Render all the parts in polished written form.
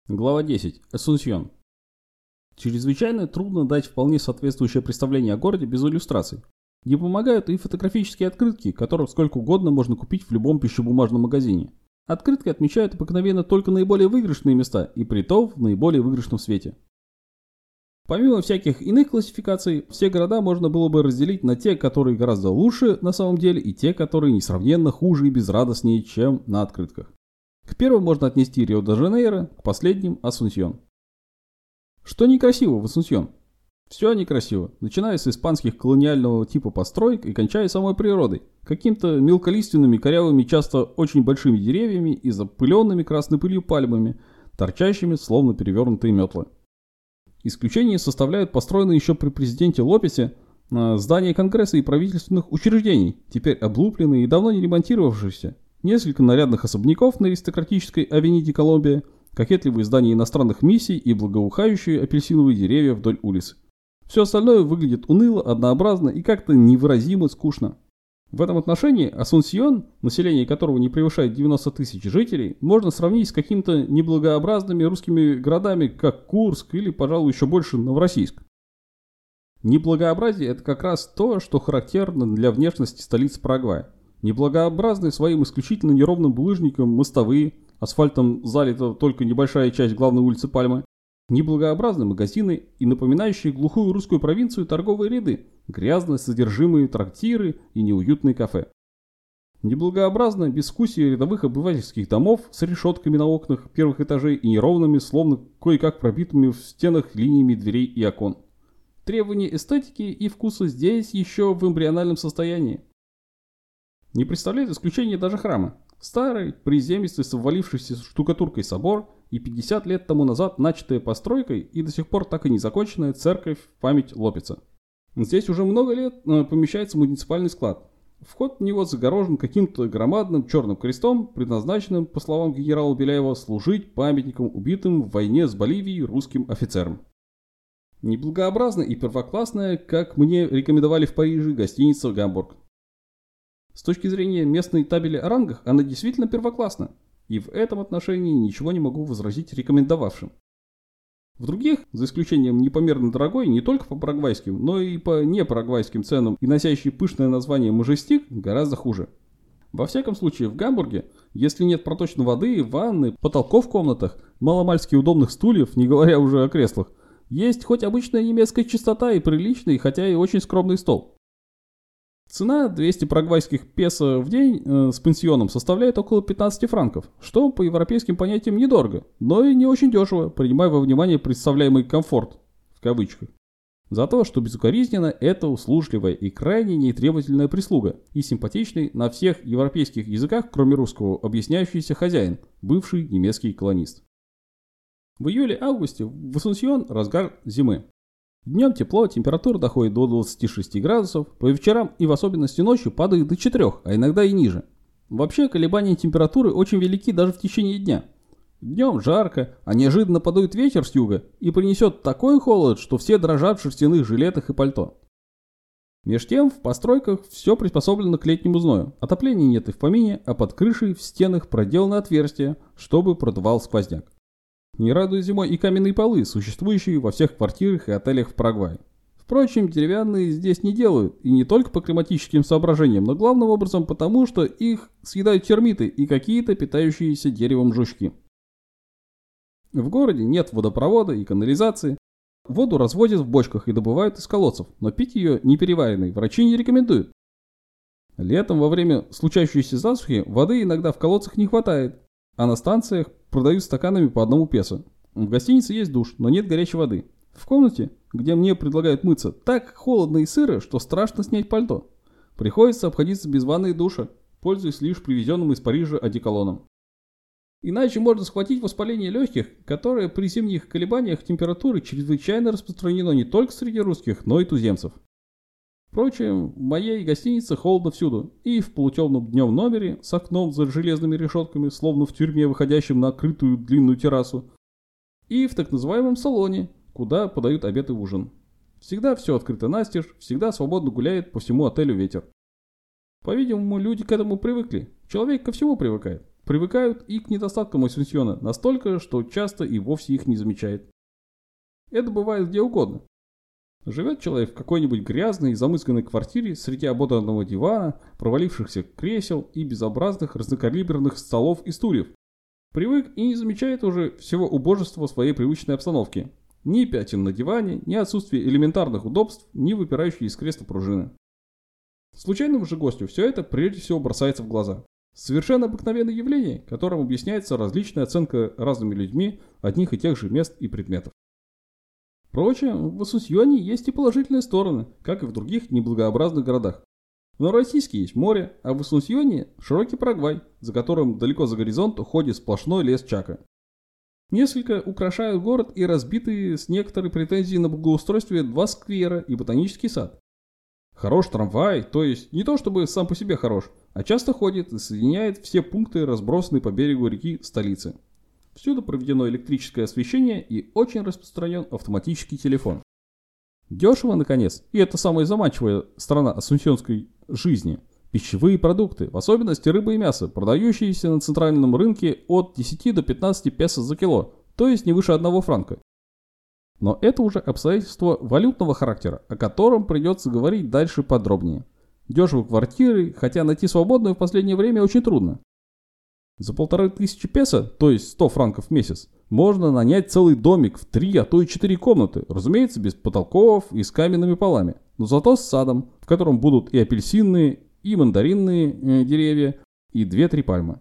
Глава 10. Асунсьон. Чрезвычайно трудно дать вполне соответствующее представление о городе без иллюстраций. Не помогают и фотографические открытки, которых сколько угодно можно купить в любом пищебумажном магазине. Открытки отмечают обыкновенно только наиболее выигрышные места, и притом в наиболее выигрышном свете. Помимо всяких иных классификаций, все города можно было бы разделить на те, которые гораздо лучше на самом деле, и те, которые несравненно хуже и безрадостнее, чем на открытках. К первым можно отнести Рио-де-Жанейро, к последним – Асунсьон. Что некрасиво в Асунсьон? Все некрасиво, начиная с испанских колониального типа построек и кончая самой природой, какими-то мелколиственными, корявыми, часто очень большими деревьями и запыленными красной пылью пальмами, торчащими, словно перевернутые метлы. Исключение составляют построенные еще при президенте Лопесе здания Конгресса и правительственных учреждений, теперь облупленные и давно не ремонтировавшиеся. Несколько нарядных особняков на аристократической авениде Колумбия, кокетливые здания иностранных миссий и благоухающие апельсиновые деревья вдоль улиц. Все остальное выглядит уныло, однообразно и как-то невыразимо скучно. В этом отношении Асунсьон, население которого не превышает 90 тысяч жителей, можно сравнить с какими-то неблагообразными русскими городами, как Курск или, пожалуй, еще больше Новороссийск. Неблагообразие – это как раз то, что характерно для внешности столицы Парагвая. Неблагообразны своим исключительно неровным булыжником мостовые, асфальтом залита только небольшая часть главной улицы Пальмы, неблагообразны магазины и напоминающие глухую русскую провинцию торговые ряды, грязно содержимые трактиры и неуютные кафе. Неблагообразно безвкусие рядовых обывательских домов с решетками на окнах первых этажей и неровными, словно кое-как пробитыми в стенах линиями дверей и окон. Требования эстетики и вкуса здесь еще в эмбриональном состоянии. Не представляет исключения даже храмы. Старый, приземистый, с обвалившейся штукатуркой собор и 50 лет тому назад начатая постройкой и до сих пор так и не законченная церковь в память Лопеса. Здесь уже много лет помещается муниципальный склад. Вход в него загорожен каким-то громадным черным крестом, предназначенным, по словам генерала Беляева, служить памятником убитым в войне с Боливией русским офицерам. Неблагообразная и первоклассная, как мне рекомендовали в Париже, гостиница «Гамбург». С точки зрения местной табели о рангах, она действительно первоклассна, и в этом отношении ничего не могу возразить рекомендовавшим. В других, за исключением непомерно дорогой не только по парагвайским, но и по непарагвайским ценам и носящей пышное название «Мажестик», гораздо хуже. Во всяком случае, в Гамбурге, если нет проточной воды, ванны, потолков в комнатах, маломальски удобных стульев, не говоря уже о креслах, есть хоть обычная немецкая чистота и приличный, хотя и очень скромный стол. Цена 200 парагвайских песо в день с пансионом составляет около 15 франков, что по европейским понятиям недорого, но и не очень дешево, принимая во внимание представляемый комфорт, в кавычках. За то, что безукоризненно, это услужливая и крайне нетребовательная прислуга и симпатичный на всех европейских языках, кроме русского, объясняющийся хозяин, бывший немецкий колонист. В июле-августе в Асунсьон разгар зимы. Днем тепло, температура доходит до 26 градусов, по вечерам и в особенности ночью падает до 4, а иногда и ниже. Вообще колебания температуры очень велики даже в течение дня. Днем жарко, а неожиданно подует ветер с юга и принесет такой холод, что все дрожат в шерстяных жилетах и пальто. Меж тем в постройках все приспособлено к летнему зною. Отопления нет и в помине, а под крышей в стенах проделаны отверстия, чтобы продувал сквозняк. Не радуют зимой и каменные полы, существующие во всех квартирах и отелях в Парагвае. Впрочем, деревянные здесь не делают, и не только по климатическим соображениям, но главным образом потому, что их съедают термиты и какие-то питающиеся деревом жучки. В городе нет водопровода и канализации. Воду разводят в бочках и добывают из колодцев, но пить ее непереваренной врачи не рекомендуют. Летом во время случающейся засухи воды иногда в колодцах не хватает, а на станциях продают стаканами по 1 песо. В гостинице есть душ, но нет горячей воды. В комнате, где мне предлагают мыться, так холодно и сыро, что страшно снять пальто. Приходится обходиться без ванны и душа, пользуясь лишь привезенным из Парижа одеколоном. Иначе можно схватить воспаление легких, которое при зимних колебаниях температуры чрезвычайно распространено не только среди русских, но и туземцев. Впрочем, в моей гостинице холодно всюду, и в полутемном днем номере с окном за железными решетками, словно в тюрьме, выходящем на открытую длинную террасу, и в так называемом салоне, куда подают обед и ужин. Всегда все открыто настежь, всегда свободно гуляет по всему отелю ветер. По-видимому, люди к этому привыкли. Человек ко всему привыкает. привыкают и к недостаткам Асунсьона настолько, что часто и вовсе их не замечает. Это бывает где угодно. Живет человек в какой-нибудь грязной и замызганной квартире среди ободранного дивана, провалившихся кресел и безобразных разнокалиберных столов и стульев. Привык и не замечает уже всего убожества своей привычной обстановки. Ни пятен на диване, ни отсутствие элементарных удобств, ни выпирающие из кресла пружины. Случайному же гостю все это прежде всего бросается в глаза. Совершенно обыкновенное явление, которым объясняется различная оценка разными людьми одних и тех же мест и предметов. Впрочем, в Асунсьоне есть и положительные стороны, как и в других неблагообразных городах. В Новороссийске есть море, а в Асунсьоне широкий Парагвай, за которым далеко за горизонт уходит сплошной лес Чака. Несколько украшают город и разбитые с некоторой претензией на благоустройстве 2 сквера и ботанический сад. Хорош трамвай, то есть не то чтобы сам по себе хорош, а часто ходит и соединяет все пункты, разбросанные по берегу реки столицы. Всюду проведено электрическое освещение и очень распространен автоматический телефон. Дешево, наконец, и это самая заманчивая сторона асунсьонской жизни. Пищевые продукты, в особенности рыба и мясо, продающиеся на центральном рынке от 10 до 15 песо за кило, то есть не выше 1 франка. Но это уже обстоятельство валютного характера, о котором придется говорить дальше подробнее. Дешево квартиры, хотя найти свободную в последнее время очень трудно. За 1500 песо, то есть 100 франков в месяц, можно нанять целый домик в 3, а то и 4 комнаты, разумеется, без потолков и с каменными полами, но зато с садом, в котором будут и апельсинные, и мандаринные деревья, и 2-3 пальмы.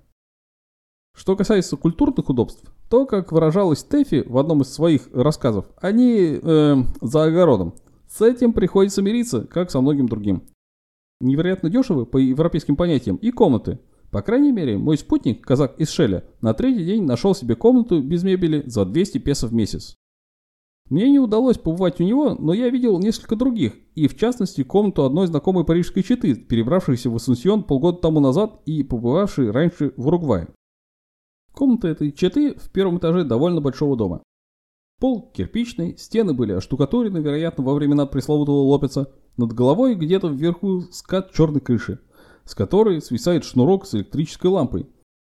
Что касается культурных удобств, то, как выражалась Тэфи в одном из своих рассказов, они за огородом. С этим приходится мириться, как со многим другим. Невероятно дешевы по европейским понятиям и комнаты. По крайней мере, мой спутник, казак из Шеля, на 3-й день нашел себе комнату без мебели за 200 песо в месяц. Мне не удалось побывать у него, но я видел несколько других, и в частности комнату одной знакомой парижской четы, перебравшейся в Асунсьон полгода тому назад и побывавшей раньше в Уругвае. Комната этой четы в 1-м этаже довольно большого дома. Пол кирпичный, стены были оштукатурены, вероятно, во времена пресловутого Лопеца, над головой где-то вверху скат черной крыши, с которой свисает шнурок с электрической лампой.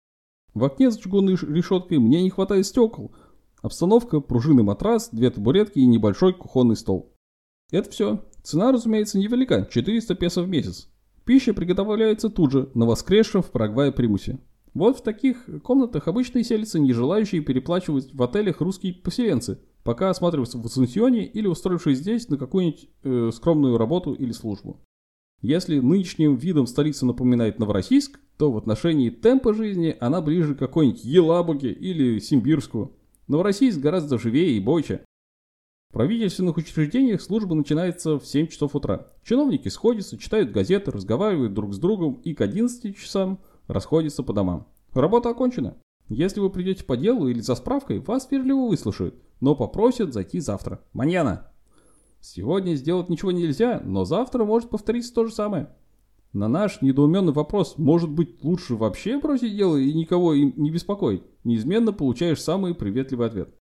В окне за чугунной решеткой мне не хватает стекол. Обстановка, пружинный матрас, 2 табуретки и небольшой кухонный стол. Это все. Цена, разумеется, невелика, 400 песо в месяц. Пища приготовляется тут же, на воскресшем в Парагвае примусе. Вот в таких комнатах обычно и селятся не желающие переплачивать в отелях русские поселенцы, пока осматриваются в Асунсьоне или устроившись здесь на какую-нибудь скромную работу или службу. Если нынешним видом столица напоминает Новороссийск, то в отношении темпа жизни она ближе к какой-нибудь Елабуге или Симбирску. Новороссийск гораздо живее и бойче. В правительственных учреждениях служба начинается в 7 часов утра. Чиновники сходятся, читают газеты, разговаривают друг с другом и к 11 часам расходятся по домам. Работа окончена. Если вы придете по делу или за справкой, вас вежливо выслушают, но попросят зайти завтра. Маньяна! Сегодня сделать ничего нельзя, но завтра может повториться то же самое. На наш недоуменный вопрос, может быть, лучше вообще бросить дело и никого им не беспокоить, неизменно получаешь самый приветливый ответ.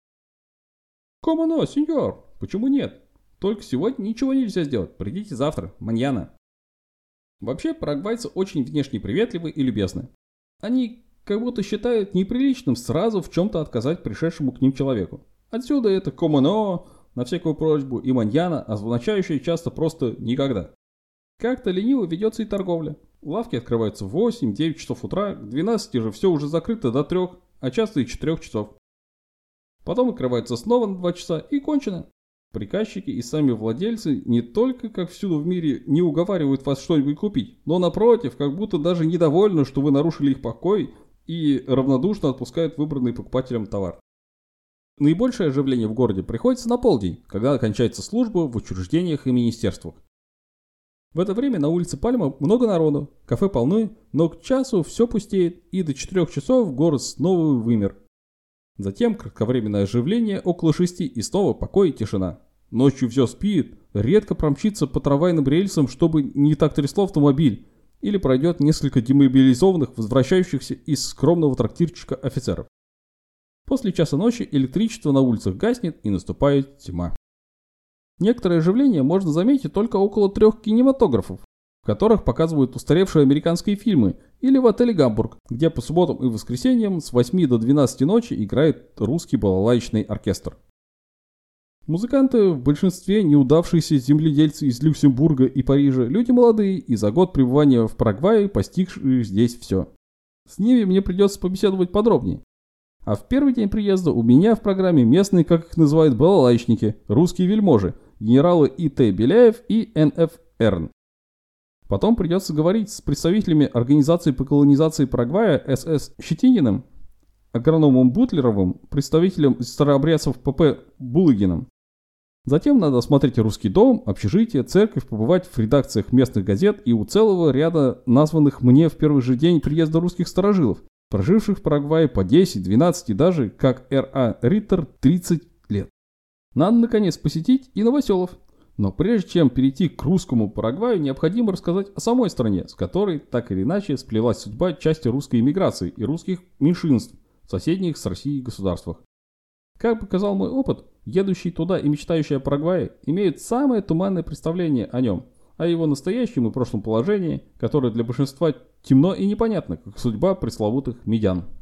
«Como no, сеньор? Почему нет? Только сегодня ничего нельзя сделать, придите завтра, маньяна». Вообще, парагвайцы очень внешне приветливы и любезны. Они как будто считают неприличным сразу в чем-то отказать пришедшему к ним человеку. Отсюда это «como no», на всякую просьбу, и маньяна, означающая часто просто «никогда». Как-то лениво ведется и торговля. Лавки открываются в 8-9 часов утра, к 12 же все уже закрыто до 3, а часто и 4 часов. Потом открывается снова на 2 часа и кончено. Приказчики и сами владельцы не только, как всюду в мире, не уговаривают вас что-нибудь купить, но напротив, как будто даже недовольны, что вы нарушили их покой и равнодушно отпускают выбранный покупателям товар. Наибольшее оживление в городе приходится на полдень, когда окончается служба в учреждениях и министерствах. В это время на улице Пальма много народу, кафе полны, но к часу все пустеет, и до 4 часов город снова вымер. Затем кратковременное оживление около 6 и снова покой и тишина. Ночью все спит, редко промчится по трамвайным рельсам, чтобы не так трясло автомобиль, или пройдет несколько демобилизованных, возвращающихся из скромного трактирчика офицеров. После часа ночи электричество на улицах гаснет и наступает тьма. Некоторое оживление можно заметить только около 3 кинематографов, в которых показывают устаревшие американские фильмы, Или в отеле «Гамбург», где по субботам и воскресеньям с 8 до 12 ночи играет русский балалайчный оркестр. Музыканты в большинстве неудавшиеся земледельцы из Люксембурга и Парижа, люди молодые и за год пребывания в Парагвае постигшие здесь все. С ними мне придется побеседовать подробнее. А в первый день приезда у меня в программе местные, как их называют, балалайчники, русские вельможи, генералы И.Т. Беляев и Н.Ф. Эрн. Потом придется говорить с представителями организации по колонизации Парагвая С.С. Щетининым, агрономом Бутлеровым, представителем старообрядцев П.П. Булыгиным. Затем надо осмотреть русский дом, общежитие, церковь, побывать в редакциях местных газет и у целого ряда названных мне в первый же день приезда русских старожилов, проживших в Парагвае по 10, 12 и даже, как Р.А. Риттер, 30 лет. Надо, наконец, посетить и Новоселов. Но прежде чем перейти к русскому Парагваю, необходимо рассказать о самой стране, с которой так или иначе сплелась судьба части русской эмиграции и русских меньшинств в соседних с Россией государствах. Как показал мой опыт, едущие туда и мечтающие о Парагвае имеют самое туманное представление о нем, о его настоящем и прошлом положении, которое для большинства темно и непонятно, как судьба пресловутых медян.